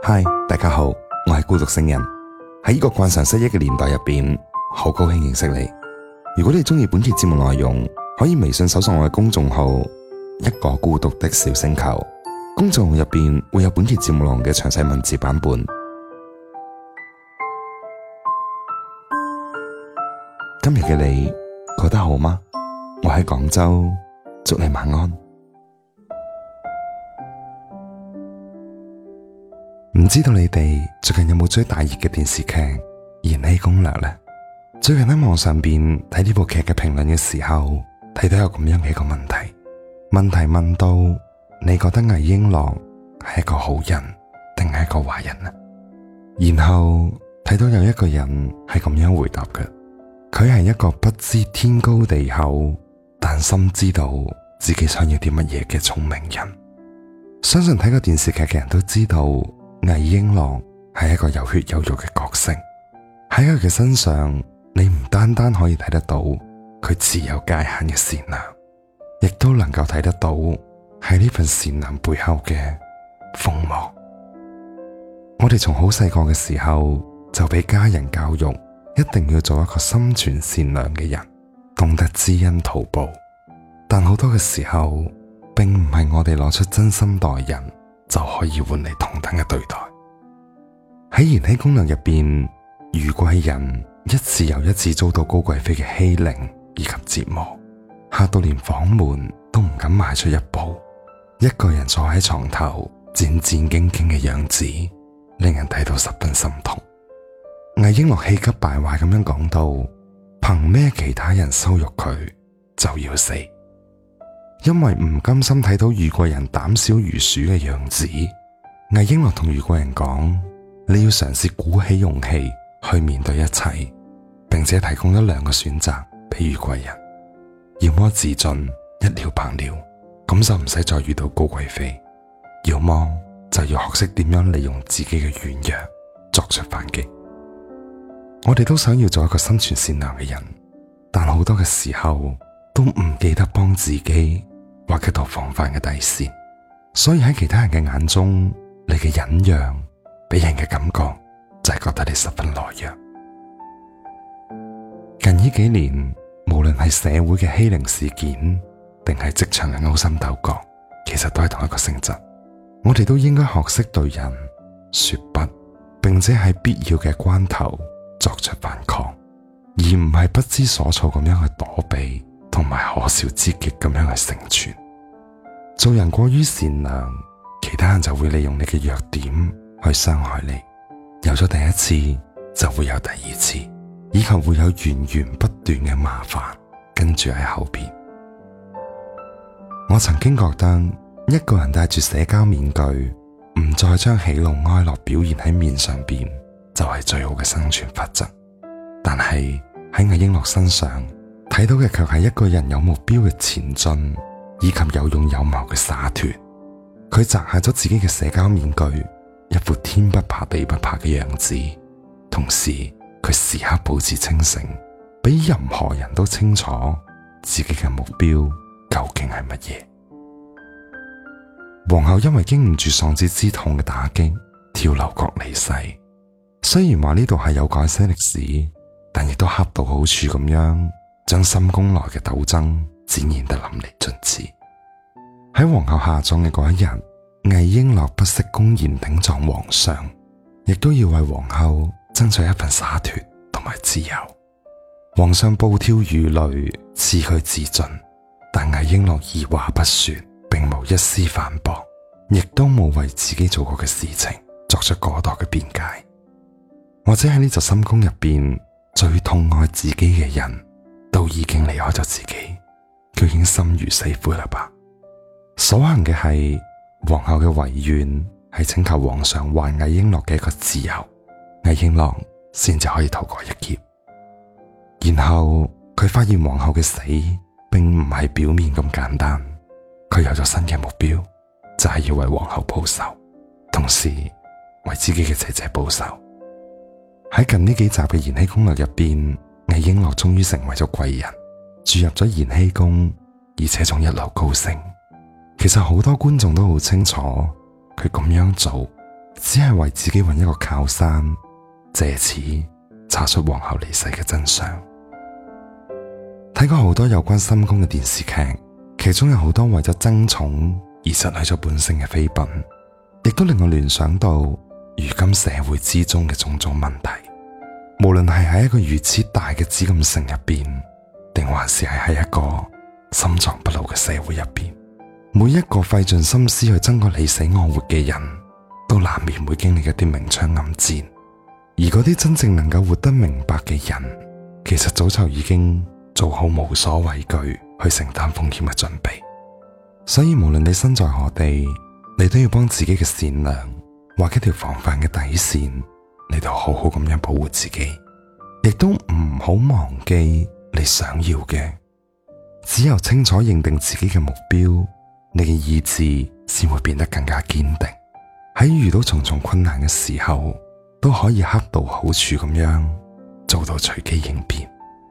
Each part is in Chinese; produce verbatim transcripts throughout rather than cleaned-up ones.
嗨，大家好，我係孤獨星人。喺呢個慣常失憶嘅年代入邊，好高興認識你。如果你中意本期節目內容，可以微信搜索我嘅公眾號一個孤獨的小星球，公眾號入邊會有本期節目內容嘅詳細文字版本。今日嘅你過得好嗎？我喺廣州，祝你晚安。唔知道你哋最近有冇追大熱嘅電視劇《延禧攻略》呢？最近喺網上邊睇呢部劇嘅評論嘅時候，睇到有咁樣嘅一個問題。問題問到，你覺得魏瓔珞係一個好人定係一個壞人呢？然後睇到有一個人係咁樣回答嘅，佢係一個不知天高地厚，但深知道自己想要啲乜嘢嘅聰明人。相信睇過電視劇嘅人都知道，魏瓔珞係一個有血有肉嘅角色，喺佢嘅身上，你唔單單可以睇得到佢自有界限嘅善良，亦都能夠睇得到喺呢份善良背後嘅鋒芒。我哋從好細個嘅時候就俾家人教育，一定要做一個心存善良嘅人，懂得知恩圖報。但好多嘅時候，並唔係我哋攞出真心待人就可以換嚟同等嘅對待。喺《延禧攻略》入邊，余貴人一次又一次遭到高貴妃嘅欺凌以及折磨，嚇到連房門都唔敢邁出一步，一個人坐喺床頭戰戰兢兢嘅樣子，令人睇到十分心痛。魏瓔珞氣急敗壞咁樣講到：憑咩其他人羞辱佢就要死？因為唔甘心睇到余貴人膽小如鼠嘅樣子，魏瓔珞同余貴人講：你要嘗試鼓起勇氣去面對一切，並且提供咗兩個選擇俾余貴人，要麼自盡一了百了，咁就唔使再遇到高貴妃；要麼就要學識點樣利用自己嘅軟弱作出反擊。我哋都想要做一個心存善良嘅人，但好多嘅時候都唔記得幫自己畫一道防範嘅底線，所以喺其他人嘅眼中，你嘅忍讓俾人嘅感覺就係覺得你十分懦弱。近呢幾年，無論係社會嘅欺凌事件，定係職場嘅勾心鬥角，其實都係同一個性質。我哋都應該學識對人說不，並且喺必要嘅關頭作出反抗，而唔係不知所措咁樣去躲避，同埋可笑之極咁樣去成全。做人過於善良，其他人就會利用你嘅弱點去傷害你。有咗第一次，就會有第二次，以及會有源源不斷嘅麻煩跟住喺後邊。我曾經覺得，一個人戴住社交面具，唔再將喜怒哀樂表現喺面上邊，就係最好嘅生存法則。但係喺魏瓔珞身上睇到嘅卻係一個人有目標嘅前進，以及有勇有謀嘅灑脫。佢摘下咗自己嘅社交面具，一副天不怕地不怕嘅樣子，同時佢時刻保持清醒，比任何人都清楚自己嘅目標究竟係乜嘢。皇后因為經唔住喪子之痛嘅打擊，跳樓閣離世。雖然話呢度係有改寫歷史，但亦都恰到好處咁樣將深宮內嘅鬥爭展現得淋漓盡致。喺皇后下葬嘅嗰一日，魏瓔珞不惜公然頂撞皇上，亦都要為皇后爭取一份灑脫同埋自由。皇上暴跳如雷，賜佢自盡，但魏瓔珞二話不說，並無一絲反駁，亦都冇為自己做過嘅事情作出過多嘅辯解。或者喺呢座深宮入邊，最痛愛自己嘅人都已經離開咗自己，佢已經心如死灰啦吧。所幸嘅係，皇后嘅遺願係請求皇上還魏瓔珞嘅一個自由，魏瓔珞先至可以逃過一劫。然後佢發現皇后嘅死並唔係表面咁簡單，佢有咗新嘅目標，就係要為皇后報仇，同時為自己嘅姐姐報仇。喺近呢幾集嘅《延禧攻略》入邊，魏瓔珞終於成為咗貴人，住入咗延禧宮，而且仲一路高升。其實好多觀眾都好清楚，佢咁樣做只係為自己揾一個靠山，借此查出皇后離世嘅真相。睇過好多有關深宮嘅電視劇，其中有好多為咗爭寵而失去咗本性嘅妃嬪，亦都令我聯想到如今社會之中嘅種種問題。無論係喺一個如此大嘅紫禁城入邊，定還是係喺一個深藏不露嘅社會入邊，每一個費盡心思去爭個你死我活嘅人，都難免會經歷一啲明槍暗箭。而嗰啲真正能夠活得明白嘅人，其實早就已經做好無所畏懼去承擔風險嘅準備。所以無論你身在何地，你都要幫自己嘅善良畫一條防範嘅底線，你就好好咁樣保護自己，亦都唔好忘記你想要嘅。只有清楚認定自己嘅目標，你嘅意志先會變得更加堅定。喺遇到重重困難嘅時候，都可以恰到好處咁樣做到隨機應變。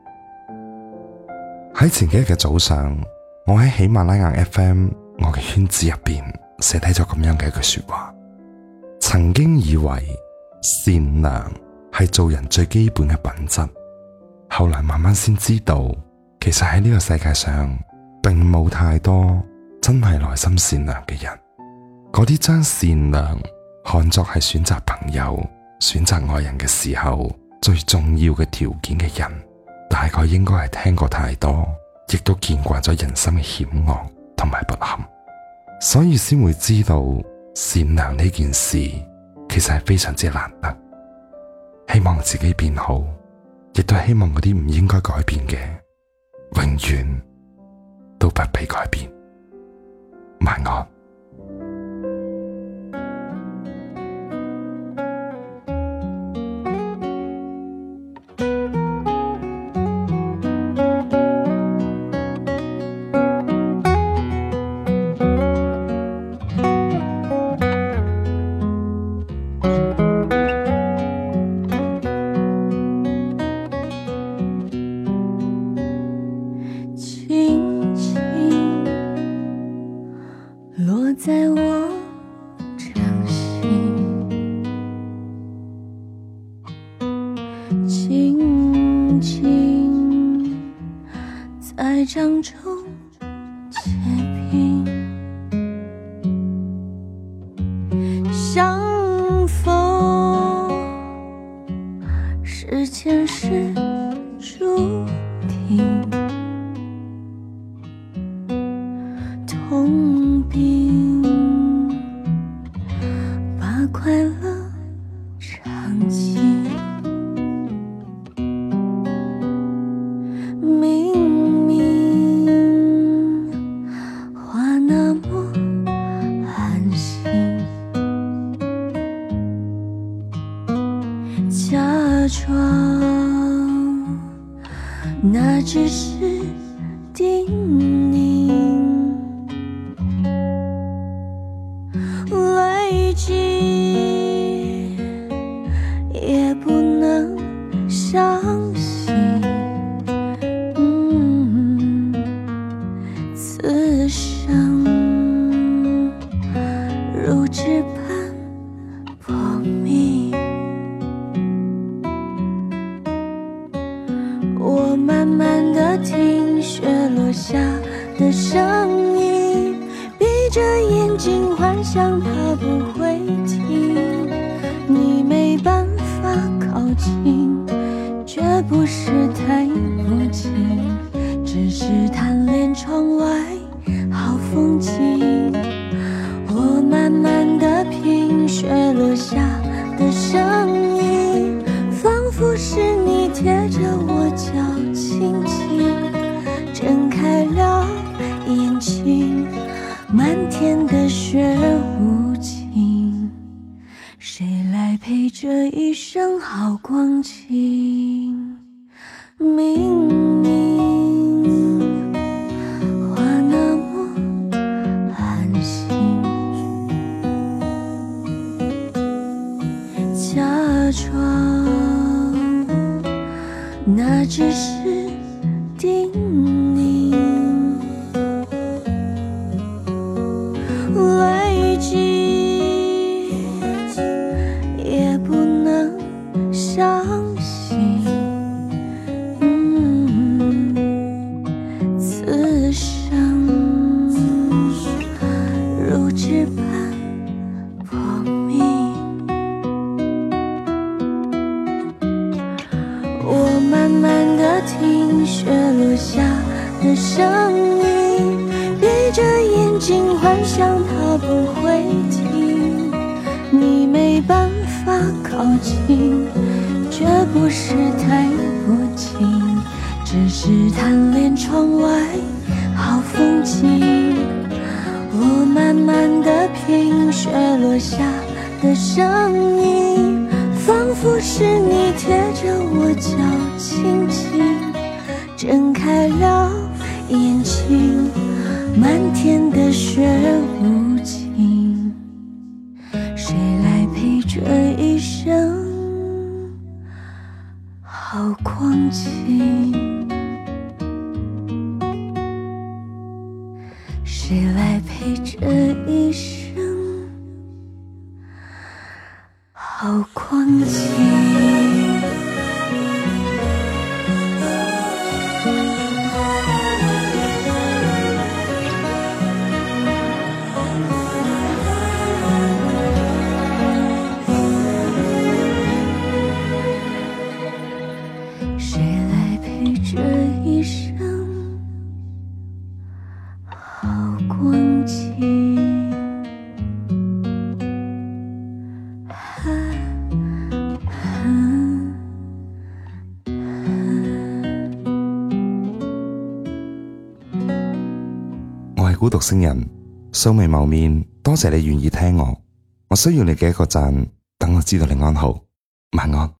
喺前幾日嘅早上，我喺喜馬拉雅 F M 我嘅圈子入邊寫低咗咁樣嘅一句說話：曾經以為善良係做人最基本嘅品質，後來慢慢先知道，其實喺呢個世界上並冇太多真係內心善良嘅人。嗰啲將善良看作係選擇朋友、選擇愛人嘅時候最重要嘅條件嘅人，大概應該係聽過太多，亦都見慣咗人生嘅險惡同埋不堪，所以先會知道善良呢件事其實係非常之難得。希望自己變好，亦都希望嗰啲唔應該改變嘅，永遠都不被改變。晚安。 在我掌心，轻轻在掌中结冰，相逢是前世注定，痛并把快乐尝尽，明明话那么安心，假装那只是叮咛，累积也不能相信，嗯，此生如纸般破灭。我慢慢地听雪落下的声音，闭着眼睛幻想它不会停，你没办法靠近，绝不是太无情，只是贪恋窗外好风景。我慢慢地品雪落下的声音，仿佛是你贴着我脚轻轻睁开了眼睛，漫天的雪无情，谁来陪这一生好光景？明明话那么安心，假装那只是叮咛，累积办法靠近，绝不是太薄情，只是贪恋窗外好风景。我慢慢地品雪落下的声音，仿佛是你贴着我脚轻轻睁开了眼睛，漫天的雪无情，谁来陪这一生好光景？谁来陪这一生好光景？谁来陪这一生好光景？ 我係孤獨星人，素未謀面，多謝你願意聽我。我需要你嘅一個讚，等我知道你安好。晚安。